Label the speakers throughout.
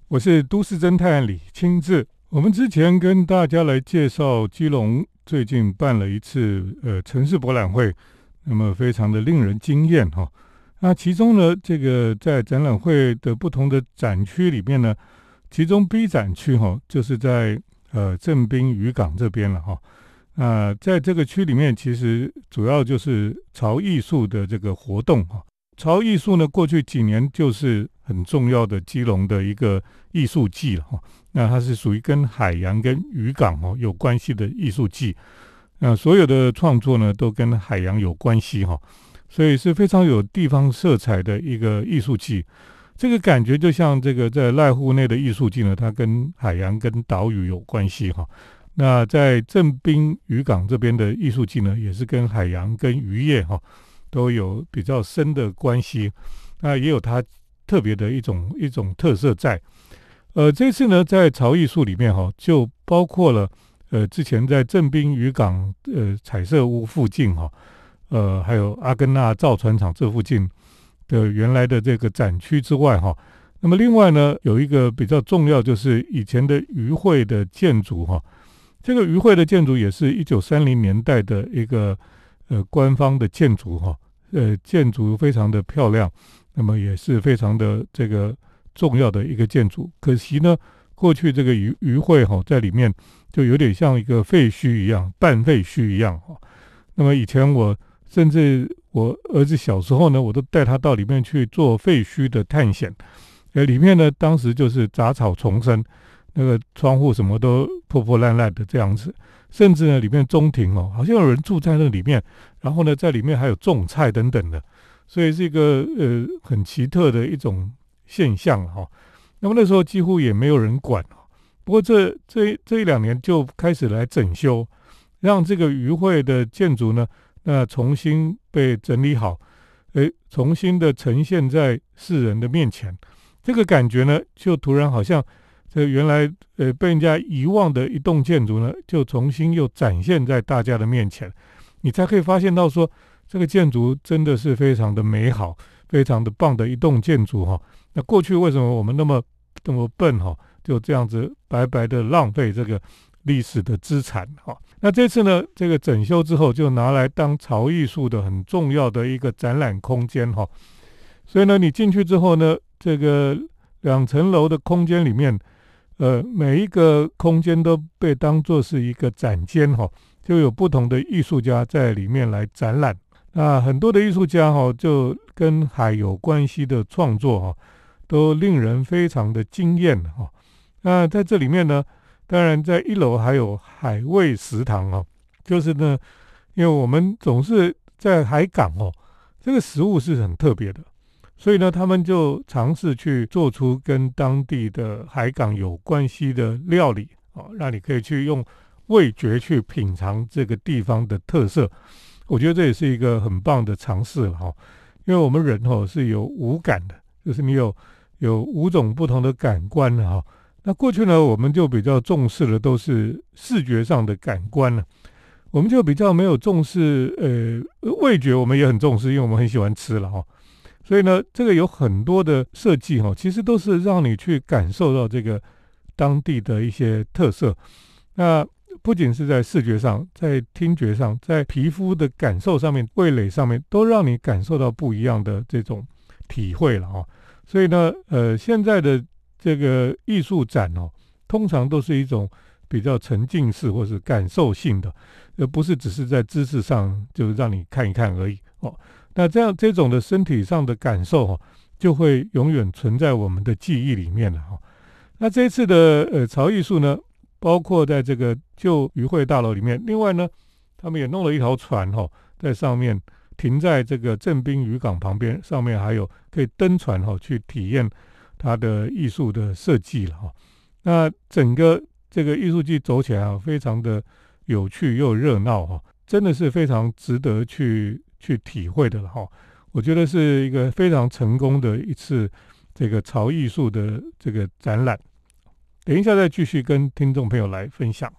Speaker 1: 我是都市侦探李清志。我们之前跟大家来介绍基隆最近办了一次城市博览会，那么非常的令人惊艳哈。那其中呢，这个在展览会的不同的展区里面呢，其中 B 展区就是在正滨渔港这边了哈。在这个区里面，其实主要就是潮艺术的这个活动哈。潮艺术呢，过去几年就是很重要的基隆的一个艺术季了哈。那它是属于跟海洋跟渔港有关系的艺术季。那所有的创作呢，都跟海洋有关系哈，所以是非常有地方色彩的一个艺术季。这个感觉就像这个在濑户内的艺术季呢，它跟海洋跟岛屿有关系哈。那在正滨渔港这边的艺术季呢，也是跟海洋跟渔业都有比较深的关系。那也有它特别的一种特色在。这次呢，在潮艺术里面就包括了之前在正滨渔港彩色屋附近还有阿根纳造船厂这附近的原来的这个展区之外那么另外呢，有一个比较重要，就是以前的渔会的建筑这个渔会的建筑也是1930年代的一个官方的建筑建筑非常的漂亮，那么也是非常的这个重要的一个建筑。可惜呢，过去这个渔会在里面就有点像一个废墟一样，半废墟一样那么以前甚至我儿子小时候呢，我都带他到里面去做废墟的探险。里面呢，当时就是杂草丛生，那个窗户什么都破破烂烂的这样子，甚至呢里面中庭好像有人住在那里面，然后呢在里面还有种菜等等的，所以是一个很奇特的一种现象那么那时候几乎也没有人管不过这一两年就开始来整修，让这个渔会的建筑呢，那重新被整理好，重新的呈现在世人的面前。这个感觉呢，就突然好像这原来被人家遗忘的一栋建筑呢，就重新又展现在大家的面前。你才可以发现到说，这个建筑真的是非常的美好，非常的棒的一栋建筑那过去为什么我们那么笨就这样子白白的浪费这个历史的资产那这次呢，这个整修之后就拿来当潮艺术的很重要的一个展览空间所以呢，你进去之后呢，这个2层楼的空间里面，每一个空间都被当作是一个展间就有不同的艺术家在里面来展览。那很多的艺术家就跟海有关系的创作都令人非常的惊艳那在这里面呢，当然在1楼还有海味食堂就是呢，因为我们总是在海港这个食物是很特别的，所以呢，他们就尝试去做出跟当地的海港有关系的料理让你可以去用味觉去品尝这个地方的特色。我觉得这也是一个很棒的尝试了因为我们人是有五感的，就是你有5种不同的感官的那过去呢，我们就比较重视的都是视觉上的感官了，我们就比较没有重视味觉，我们也很重视，因为我们很喜欢吃了所以呢，这个有很多的设计其实都是让你去感受到这个当地的一些特色。那不仅是在视觉上，在听觉上，在皮肤的感受上面，味蕾上面，都让你感受到不一样的这种体会了所以呢，现在的这个艺术展通常都是一种比较沉浸式或是感受性的，而不是只是在知识上就让你看一看而已那这种的身体上的感受就会永远存在我们的记忆里面了那这一次的潮艺术呢，包括在这个旧渔会大楼里面，另外呢，他们也弄了一条船在上面停在这个正滨渔港旁边，上面还有可以登船去体验它的艺术的设计了那整个这个艺术季走起来非常的有趣又热闹真的是非常值得去体会的了我觉得是一个非常成功的一次这个潮艺术的这个展览。等一下再继续跟听众朋友来分享。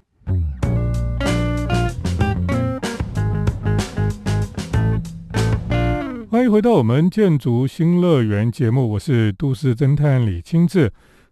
Speaker 1: 欢迎回到我们建筑新乐园节目，我是都市侦探李清志。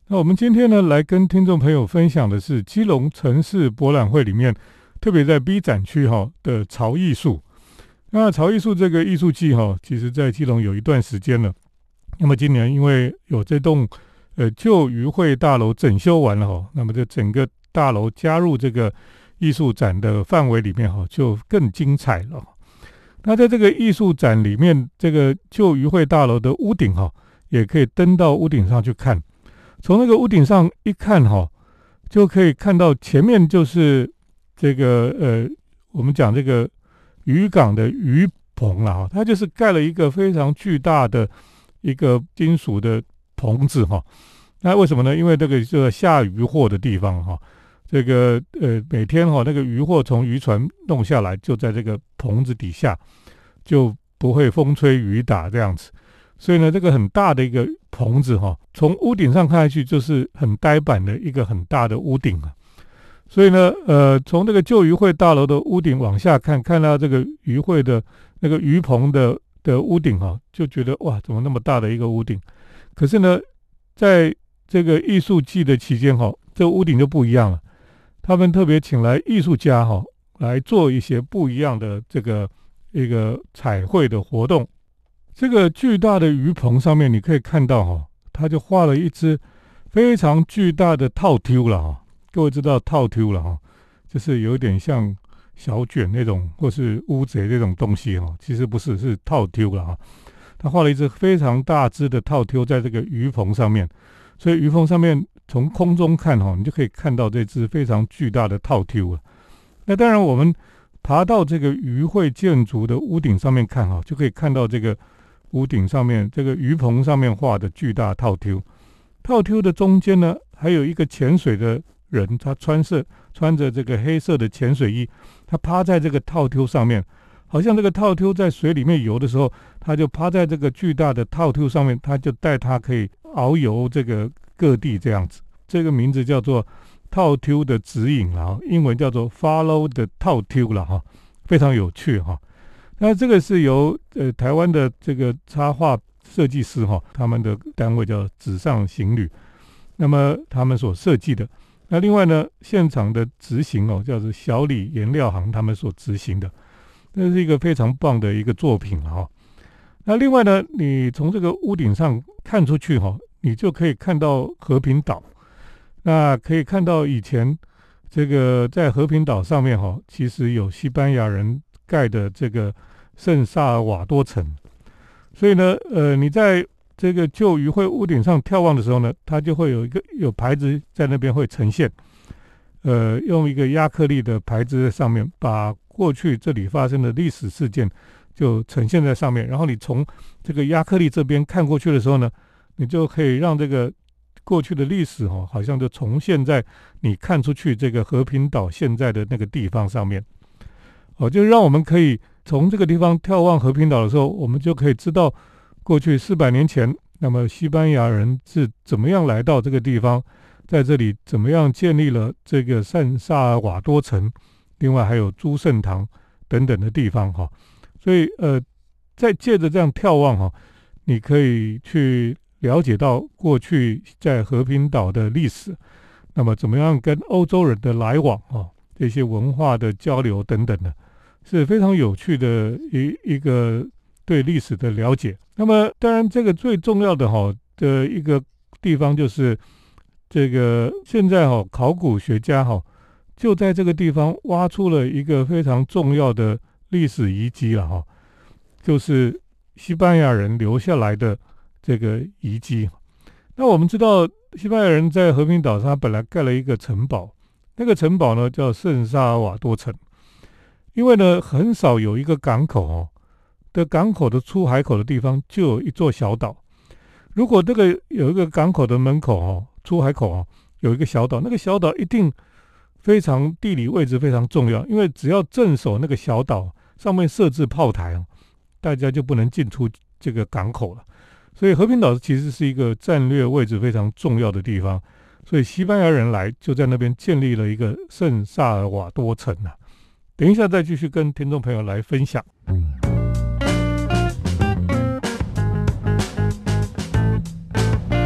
Speaker 1: 那我们今天呢，来跟听众朋友分享的是基隆城市博览会里面，特别在 B 展区的潮艺术。那潮艺术这个艺术季其实在基隆有一段时间了。那么今年因为有这栋旧渔会大楼整修完了那么这整个大楼加入这个艺术展的范围里面就更精彩了。那在这个艺术展里面，这个旧渔会大楼的屋顶也可以登到屋顶上去看。从那个屋顶上一看就可以看到前面就是这个我们讲这个渔港的渔棚啦它就是盖了一个非常巨大的一个金属的棚子那为什么呢？因为这个就是下渔货的地方这个每天那个渔货从渔船弄下来，就在这个棚子底下，就不会风吹雨打这样子。所以呢，这个很大的一个棚子从屋顶上看下去就是很呆板的一个很大的屋顶所以呢，从这个旧渔会大楼的屋顶往下看，看到这个渔会的那个渔棚的屋顶就觉得哇，怎么那么大的一个屋顶？可是呢，在这个艺术季的期间这个屋顶就不一样了。他们特别请来艺术家来做一些不一样的这个一个彩绘的活动。这个巨大的鱼棚上面，你可以看到他就画了一只非常巨大的套丢了各位知道套丢了就是有点像小卷那种，或是乌贼这种东西其实不是，是套丢了他画了一只非常大只的套丢在这个鱼棚上面，所以鱼棚上面从空中看你就可以看到这只非常巨大的套丢了。那当然，我们爬到这个渔会建筑的屋顶上面看就可以看到这个屋顶上面这个鱼棚上面画的巨大套丢。套丢的中间呢，还有一个潜水的人，他穿着这个黑色的潜水衣，他趴在这个套丢上面，好像这个套丢在水里面游的时候，他就趴在这个巨大的套丢上面，他就带他可以遨游这个各地这样子。这个名字叫做套丢的指引英文叫做 Follow the 套丢了非常有趣那这个是由台湾的这个插画设计师他们的单位叫纸上行旅，那么他们所设计的。那另外呢，现场的执行叫做小李颜料行他们所执行的，这是一个非常棒的一个作品那另外呢，你从这个屋顶上看出去你就可以看到和平岛。那可以看到以前这个在和平岛上面其实有西班牙人盖的这个圣萨尔瓦多城。所以呢你在这个旧渔会屋顶上眺望的时候呢，它就会有牌子在那边会呈现，用一个亚克力的牌子在上面，把过去这里发生的历史事件就呈现在上面。然后你从这个亚克力这边看过去的时候呢，你就可以让这个过去的历史好像就重现在你看出去这个和平岛现在的那个地方上面就让我们可以从这个地方眺望和平岛的时候，我们就可以知道过去400年前，那么西班牙人是怎么样来到这个地方，在这里怎么样建立了这个圣萨尔瓦多城，另外还有朱圣堂等等的地方所以再借着这样眺望你可以去了解到过去在和平岛的历史，那么怎么样跟欧洲人的来往这些文化的交流等等的，是非常有趣的一个对历史的了解。那么当然这个最重要的的一个地方就是这个现在考古学家就在这个地方挖出了一个非常重要的历史遗迹了就是西班牙人留下来的这个遗迹。那我们知道西班牙人在和平岛上本来盖了一个城堡，那个城堡呢叫圣萨尔瓦多城。因为呢很少有一个港口的港口的出海口的地方就有一座小岛。如果这个有一个港口的门口出海口有一个小岛，那个小岛一定非常地理位置非常重要，因为只要镇守那个小岛上面设置炮台大家就不能进出这个港口了。所以和平岛其实是一个战略位置非常重要的地方，所以西班牙人来就在那边建立了一个圣萨尔瓦多城等一下再继续跟听众朋友来分享。那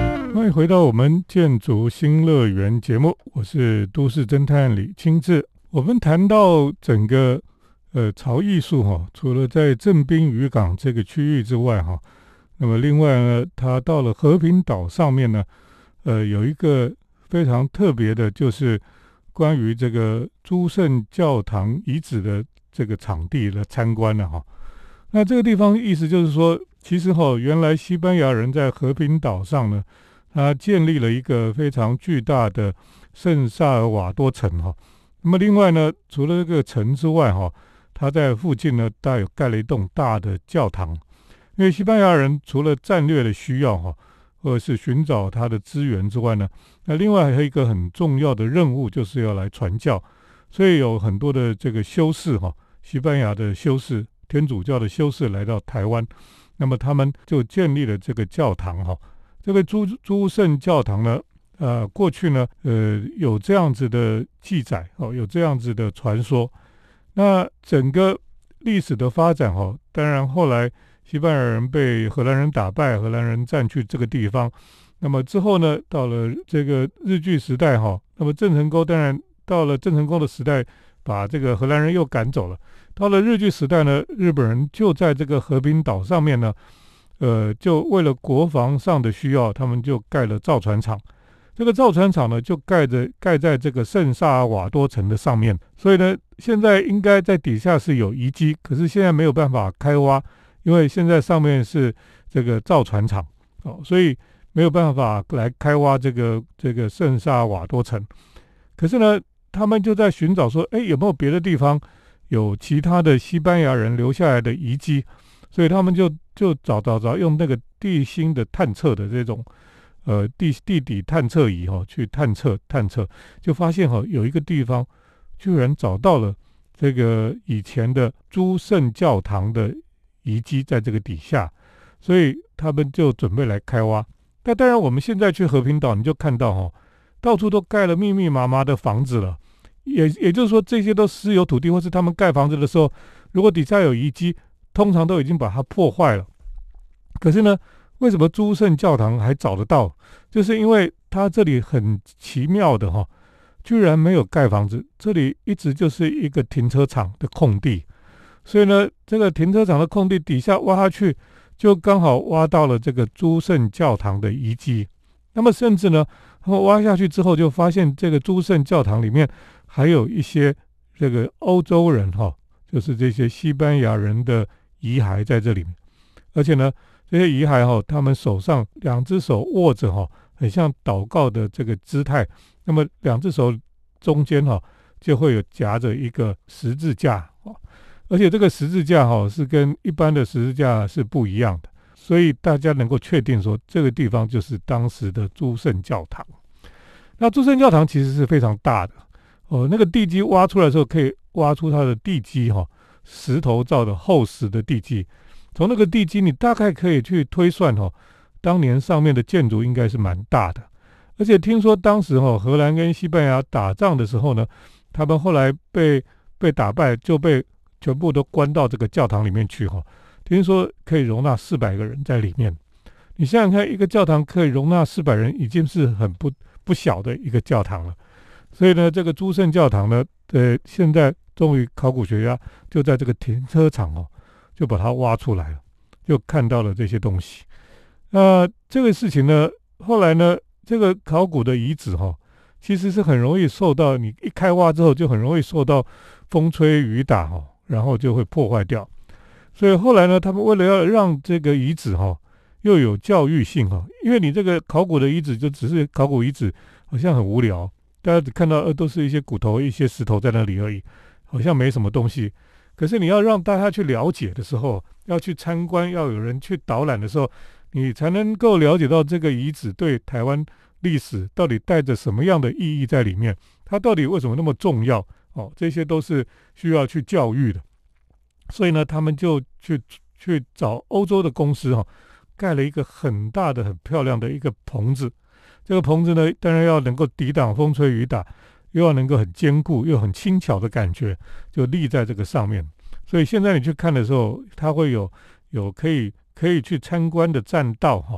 Speaker 1: 欢迎回到我们建筑新乐园节目，我是都市侦探李清志。我们谈到整个潮艺术除了在正滨渔港这个区域之外那么另外呢，它到了和平岛上面呢，有一个非常特别的，就是关于这个诸圣教堂遗址的这个场地的参观了那这个地方意思就是说，其实原来西班牙人在和平岛上呢，他建立了一个非常巨大的圣萨尔瓦多城那么另外呢，除了这个城之外他在附近呢，大有盖了一栋大的教堂。因为西班牙人除了战略的需要或者是寻找他的资源之外呢，那另外还有一个很重要的任务，就是要来传教。所以有很多的这个修士西班牙的修士，天主教的修士来到台湾，那么他们就建立了这个教堂这个诸圣教堂呢，过去呢，有这样子的记载有这样子的传说。那整个历史的发展当然后来西班牙人被荷兰人打败，荷兰人占据这个地方。那么之后呢，到了这个日据时代那么郑成功当然到了郑成功的时代，把这个荷兰人又赶走了。到了日据时代呢，日本人就在这个和平岛上面呢。就为了国防上的需要，他们就盖了造船厂。这个造船厂呢，就盖在这个圣萨尔瓦多城的上面。所以呢，现在应该在底下是有遗迹，可是现在没有办法开挖，因为现在上面是这个造船厂所以没有办法来开挖这个圣萨尔瓦多城。可是呢，他们就在寻找说，有没有别的地方有其他的西班牙人留下来的遗迹？所以他们就找用那个地心的探测的这种地底探测仪去探测，就发现有一个地方居然找到了这个以前的诸圣教堂的遗迹在这个底下，所以他们就准备来开挖。那当然我们现在去和平岛，你就看到到处都盖了密密麻麻的房子了，也就是说这些都私有土地，或是他们盖房子的时候，如果底下有遗迹，通常都已经把它破坏了。可是呢，为什么诸圣教堂还找得到？就是因为它这里很奇妙的居然没有盖房子，这里一直就是一个停车场的空地。所以呢，这个停车场的空地底下挖下去，就刚好挖到了这个诸圣教堂的遗迹。那么甚至呢，他们挖下去之后，就发现这个诸圣教堂里面还有一些这个欧洲人就是这些西班牙人的遗骸在这里面。而且呢，这些遗骸他们手上两只手握着很像祷告的这个姿态，那么两只手中间就会有夹着一个十字架而且这个十字架是跟一般的十字架是不一样的，所以大家能够确定说这个地方就是当时的诸圣教堂。那诸圣教堂其实是非常大的那个地基挖出来的时候，可以挖出它的地基石头造的厚实的地基。从那个地基你大概可以去推算当年上面的建筑应该是蛮大的。而且听说当时荷兰跟西班牙打仗的时候呢，他们后来被打败，就被全部都关到这个教堂里面去听说可以容纳400个人在里面。你想想看，一个教堂可以容纳400人，已经是很不小的一个教堂了。所以呢，这个诸圣教堂呢，现在终于考古学家就在这个停车场就把它挖出来了，就看到了这些东西。那这个事情呢，后来呢，这个考古的遗址其实是很容易受到，你一开挖之后就很容易受到风吹雨打然后就会破坏掉。所以后来呢，他们为了要让这个遗址又有教育性因为你这个考古的遗址就只是考古遗址，好像很无聊，大家只看到都是一些骨头、一些石头在那里而已，好像没什么东西。可是你要让大家去了解的时候，要去参观，要有人去导览的时候，你才能够了解到这个遗址对台湾历史到底带着什么样的意义在里面，它到底为什么那么重要这些都是需要去教育的。所以呢，他们就去找欧洲的公司盖了一个很大的很漂亮的一个棚子。这个棚子呢，当然要能够抵挡风吹雨打，又要能够很坚固又很轻巧的感觉，就立在这个上面。所以现在你去看的时候，它会有可以去参观的栈道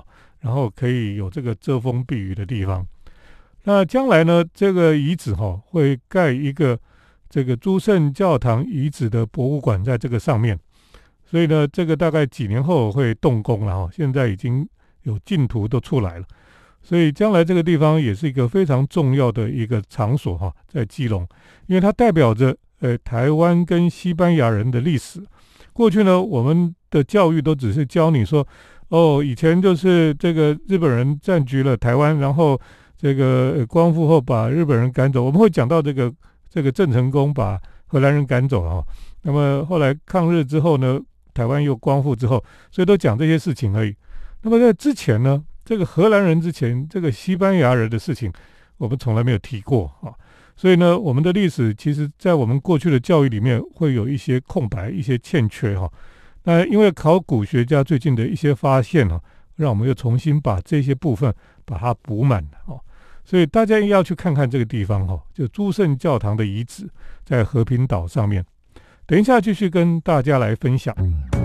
Speaker 1: 然后可以有这个遮风避雨的地方。那将来呢，这个遗址会盖一个这个诸圣教堂遗址的博物馆在这个上面，所以呢，这个大概几年后会动工了现在已经有竞图都出来了，所以将来这个地方也是一个非常重要的一个场所在基隆，因为它代表着台湾跟西班牙人的历史。过去呢，我们的教育都只是教你说，以前就是这个日本人占据了台湾，然后这个光复后把日本人赶走，我们会讲到这个郑成功把荷兰人赶走那么后来抗日之后呢，台湾又光复之后，所以都讲这些事情而已。那么在之前呢，这个荷兰人之前，这个西班牙人的事情，我们从来没有提过所以呢，我们的历史其实在我们过去的教育里面会有一些空白、一些欠缺那因为考古学家最近的一些发现让我们又重新把这些部分把它补满了所以大家要去看看这个地方就诸圣教堂的遗址在和平岛上面。等一下继续跟大家来分享。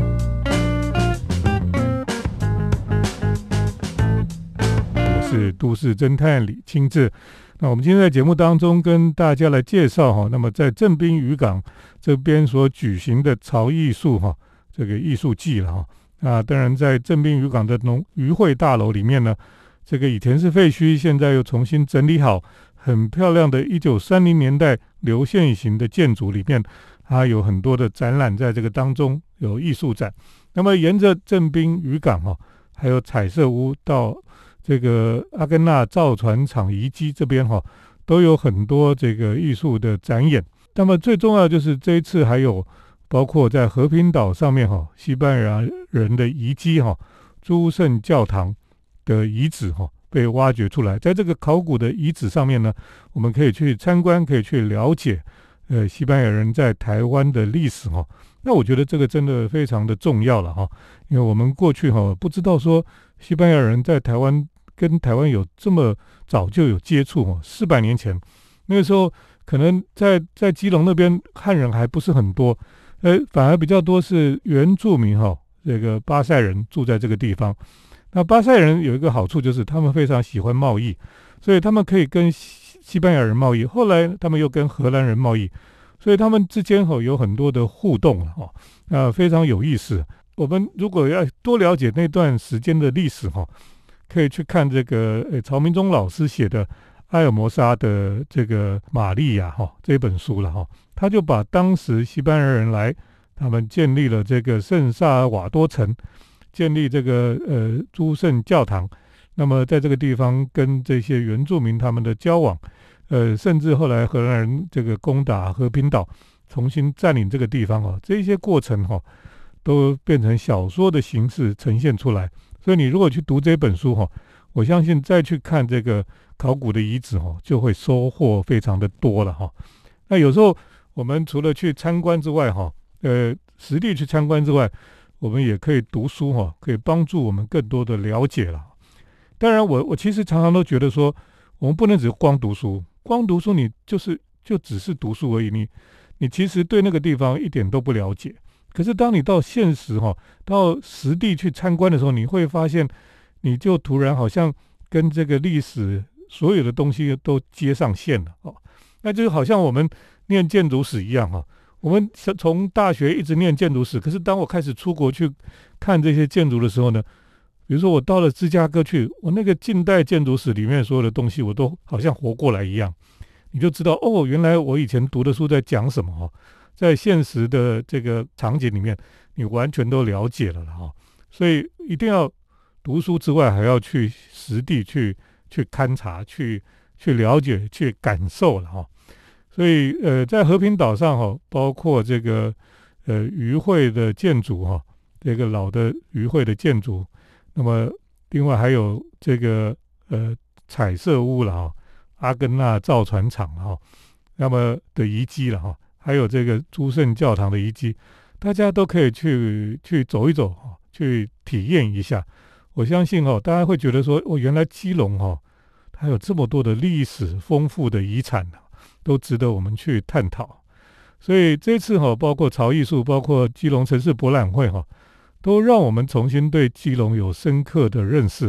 Speaker 1: 我是都市侦探李清志。那我们今天在节目当中跟大家来介绍那么在正滨渔港这边所举行的潮艺术这个艺术季了那当然在正滨渔港的渔会大楼里面呢，这个以前是废墟，现在又重新整理好，很漂亮的1930年代流线型的建筑里面，它有很多的展览在这个当中，有艺术展。那么沿着正滨渔港还有彩色屋到这个阿根纳造船厂遗迹这边都有很多这个艺术的展演。那么最重要就是这一次还有包括在和平岛上面西班牙人的遗迹诸圣教堂的遗址被挖掘出来，在这个考古的遗址上面呢，我们可以去参观，可以去了解西班牙人在台湾的历史那我觉得这个真的非常的重要了因为我们过去不知道说西班牙人在台湾跟台湾有这么早就有接触400年前那个时候可能在基隆那边汉人还不是很多反而比较多是原住民这个巴塞人住在这个地方。那巴塞人有一个好处就是他们非常喜欢贸易，所以他们可以跟西班牙人贸易，后来他们又跟荷兰人贸易，所以他们之间有很多的互动非常有意思。我们如果要多了解那段时间的历史可以去看这个曹明忠老师写的埃尔摩沙的这个玛利亚这本书了他就把当时西班牙人来，他们建立了这个圣萨尔瓦多城，建立这个诸圣教堂，那么在这个地方跟这些原住民他们的交往，甚至后来荷兰人这个攻打和平岛，重新占领这个地方这些过程都变成小说的形式呈现出来。所以你如果去读这本书我相信再去看这个考古的遗址就会收获非常的多了那有时候我们除了去参观之外实地去参观之外，我们也可以读书可以帮助我们更多的了解了。当然我其实常常都觉得说，我们不能只光读书，你就只是读书而已，你其实对那个地方一点都不了解。可是当你到现实到实地去参观的时候，你会发现你就突然好像跟这个历史所有的东西都接上线了那就好像我们念建筑史一样我们从大学一直念建筑史，可是当我开始出国去看这些建筑的时候呢，比如说我到了芝加哥去，我那个近代建筑史里面所有的东西我都好像活过来一样，你就知道原来我以前读的书在讲什么在现实的这个场景里面你完全都了解了所以一定要读书之外还要去实地去勘察，去了解，去感受了所以在和平岛上包括这个渔会的建筑这个老的渔会的建筑，那么另外还有这个彩色屋了阿根纳造船厂那么的遗迹了还有这个诸圣教堂的遗迹，大家都可以去走一走去体验一下。我相信大家会觉得说原来基隆它有这么多的历史丰富的遗产都值得我们去探讨。所以这次包括潮艺术，包括基隆城市博览会都让我们重新对基隆有深刻的认识，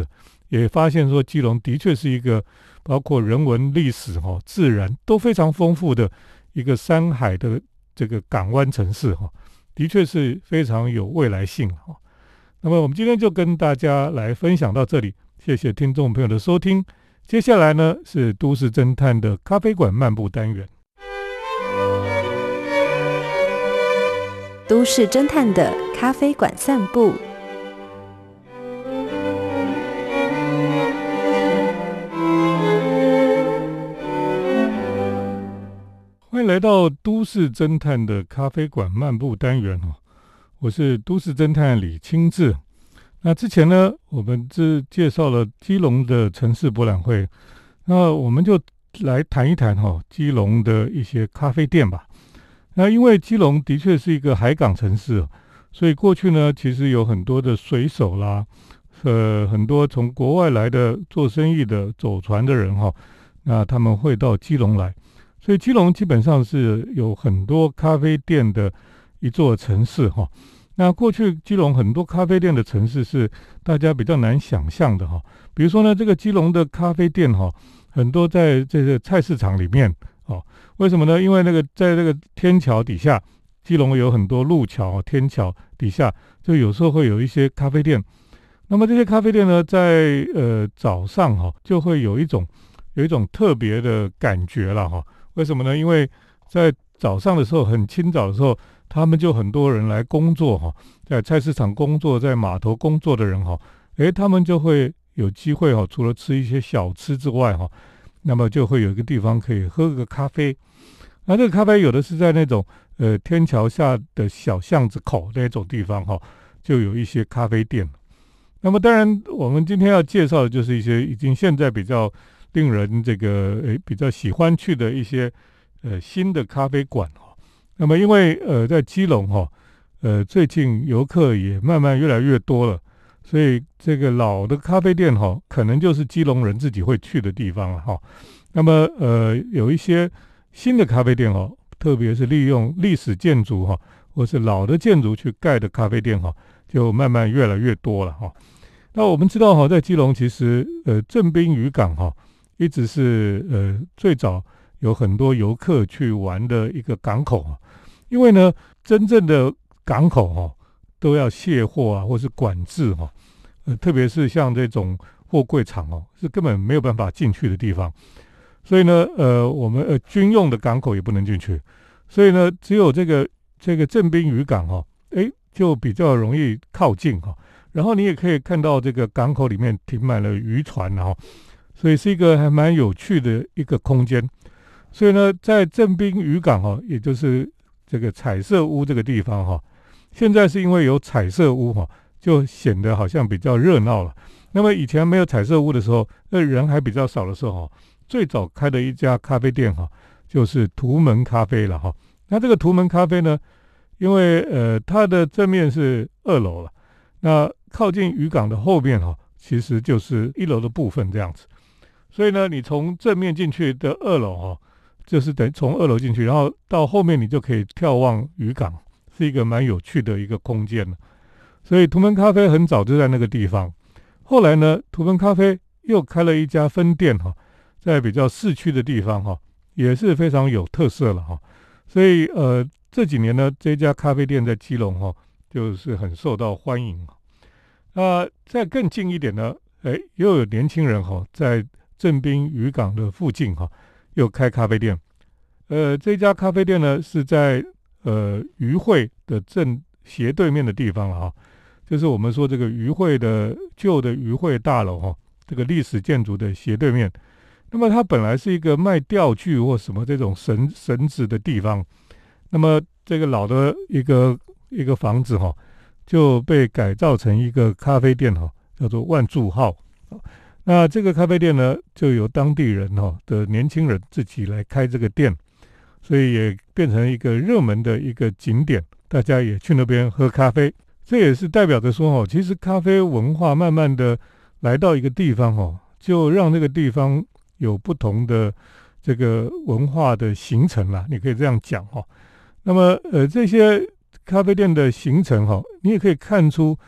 Speaker 1: 也发现说基隆的确是一个包括人文、历史、自然都非常丰富的一个山海的这个港湾城市的确是非常有未来性那么我们今天就跟大家来分享到这里，谢谢听众朋友的收听。接下来呢是都市侦探的咖啡馆漫步单元。
Speaker 2: 都市侦探的咖啡馆散步。
Speaker 1: 欢迎来到都市侦探的咖啡馆漫步单元我是都市侦探李清志。那之前呢，我们介绍了基隆的城市博览会，那我们就来谈一谈基隆的一些咖啡店吧。那因为基隆的确是一个海港城市，所以过去呢，其实有很多的水手啦，很多从国外来的做生意的走船的人那他们会到基隆来，所以基隆基本上是有很多咖啡店的一座城市那过去基隆很多咖啡店的城市是大家比较难想象的比如说呢，这个基隆的咖啡店很多在这个菜市场里面为什么呢？因为在这个天桥底下，基隆有很多路桥天桥底下就有时候会有一些咖啡店。那么这些咖啡店呢，在早上就会有一种特别的感觉了为什么呢？因为在早上的时候，很清早的时候，他们就很多人来工作在菜市场工作，在码头工作的人他们就会有机会除了吃一些小吃之外那么就会有一个地方可以喝个咖啡。那这个咖啡有的是在那种天桥下的小巷子口那种地方就有一些咖啡店。那么当然我们今天要介绍的就是一些已经现在比较令人比较喜欢去的一些新的咖啡馆那么因为在基隆最近游客也慢慢越来越多了，所以这个老的咖啡店可能就是基隆人自己会去的地方了那么有一些新的咖啡店特别是利用历史建筑或是老的建筑去盖的咖啡店就慢慢越来越多了那我们知道在基隆其实正滨渔港一直是最早有很多游客去玩的一个港口因为呢真正的港口都要卸货或是管制特别是像这种货柜场是根本没有办法进去的地方。所以呢我们军用的港口也不能进去，所以呢只有这个正滨渔港就比较容易靠近然后你也可以看到这个港口里面停满了渔船所以是一个还蛮有趣的一个空间。所以呢在正滨渔港也就是这个彩色屋这个地方现在是因为有彩色屋就显得好像比较热闹了。那么以前没有彩色屋的时候，人还比较少的时候最早开的一家咖啡店就是图门咖啡了那这个图门咖啡呢，因为它的正面是2楼了，那靠近渔港的后面其实就是1楼的部分这样子。所以呢你从正面进去的2楼就是等于从2楼进去，然后到后面你就可以眺望渔港，是一个蛮有趣的一个空间。所以图门咖啡很早就在那个地方，后来呢图门咖啡又开了一家分店在比较市区的地方也是非常有特色了所以这几年呢这家咖啡店在基隆就是很受到欢迎再更近一点呢又有年轻人在正滨渔港的附近又开咖啡店。这家咖啡店呢是在渔会的正斜对面的地方了就是我们说这个渔会的旧的渔会大楼这个历史建筑的斜对面。那么它本来是一个卖钓具或什么这种绳子的地方，那么这个老的一个房子就被改造成一个咖啡店叫做万柱号。那这个咖啡店呢就由当地人的年轻人自己来开这个店，所以也变成一个热门的一个景点，大家也去那边喝咖啡。这也是代表着说其实咖啡文化慢慢的来到一个地方就让这个地方有不同的这个文化的形成啦，你可以这样讲那么这些咖啡店的形成你也可以看出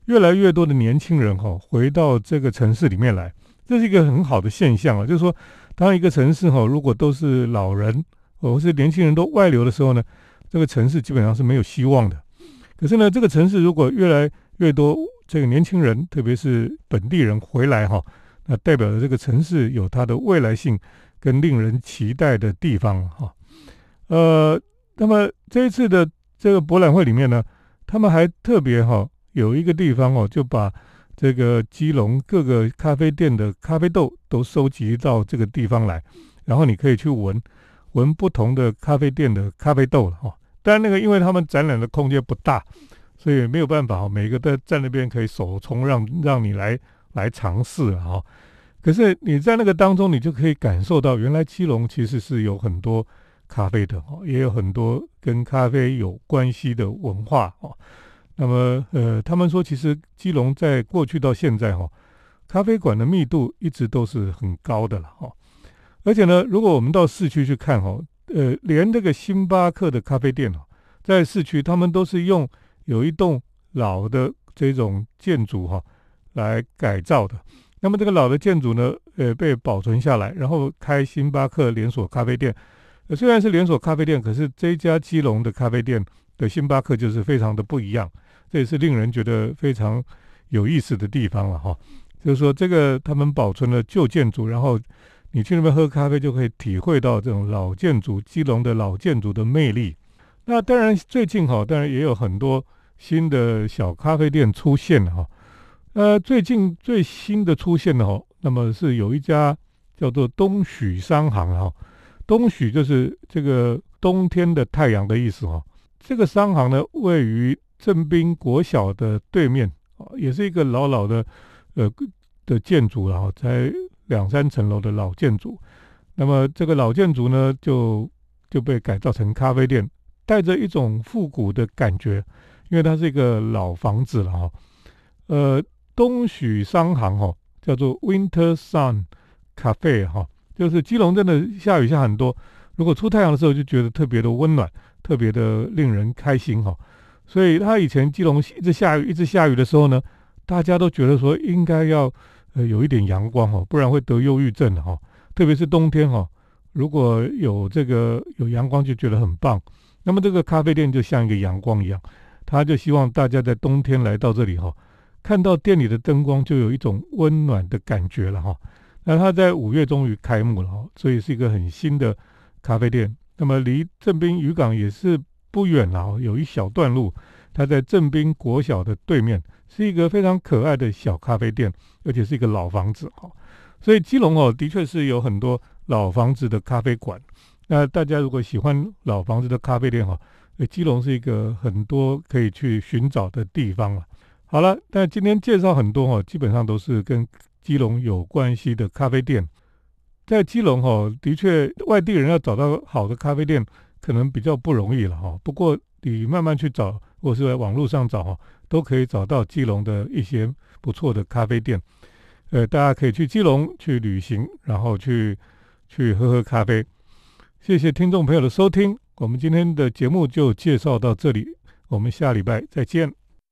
Speaker 1: 越来越多的年轻人回到这个城市里面来，这是一个很好的现象就是说，当一个城市如果都是老人或是年轻人都外流的时候呢，这个城市基本上是没有希望的。可是呢，这个城市如果越来越多这个年轻人，特别是本地人回来那代表着这个城市有它的未来性跟令人期待的地方那么这一次的这个博览会里面呢，他们还特别有一个地方就把这个基隆各个咖啡店的咖啡豆都收集到这个地方来，然后你可以去闻不同的咖啡店的咖啡豆了当然那个因为他们展览的空间不大，所以没有办法每个都在那边可以手冲让你来尝试可是你在那个当中，你就可以感受到原来基隆其实是有很多咖啡的也有很多跟咖啡有关系的文化那么他们说其实基隆在过去到现在咖啡馆的密度一直都是很高的了而且呢，如果我们到市区去看连这个星巴克的咖啡店在市区他们都是用有一栋老的这种建筑来改造的。那么这个老的建筑呢被保存下来，然后开星巴克连锁咖啡店虽然是连锁咖啡店，可是这一家基隆的咖啡店的星巴克就是非常的不一样，这也是令人觉得非常有意思的地方了就是说这个他们保存了旧建筑，然后你去那边喝咖啡就可以体会到这种老建筑，基隆的老建筑的魅力。那当然最近当然也有很多新的小咖啡店出现了最近最新的出现的那么是有一家叫做东许商行东许就是这个冬天的太阳的意思这个商行呢位于正滨国小的对面也是一个老的的建筑才2-3层楼的老建筑。那么这个老建筑呢就被改造成咖啡店，带着一种复古的感觉，因为它是一个老房子了东许商行叫做 Winter Sun Cafe 就是基隆真的下雨下很多，如果出太阳的时候就觉得特别的温暖，特别的令人开心所以他以前基隆一直下雨的时候呢，大家都觉得说应该要有一点阳光不然会得忧郁症特别是冬天如果有阳光就觉得很棒。那么这个咖啡店就像一个阳光一样，他就希望大家在冬天来到这里看到店里的灯光就有一种温暖的感觉了那他在5月终于开幕了所以是一个很新的咖啡店。那么离正滨渔港也是不远了有一小段路，它在正滨国小的对面，是一个非常可爱的小咖啡店，而且是一个老房子所以基隆的确是有很多老房子的咖啡馆。那大家如果喜欢老房子的咖啡店基隆是一个很多可以去寻找的地方了。好了，那今天介绍很多基本上都是跟基隆有关系的咖啡店。在基隆的确外地人要找到好的咖啡店可能比较不容易了不过你慢慢去找，或是在网络上找都可以找到基隆的一些不错的咖啡店。大家可以去基隆去旅行，然后去喝喝咖啡。谢谢听众朋友的收听，我们今天的节目就介绍到这里，我们下礼拜再见。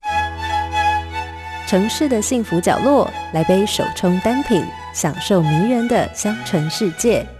Speaker 2: 城市的幸福角落，来杯手冲单品，享受迷人的香醇世界。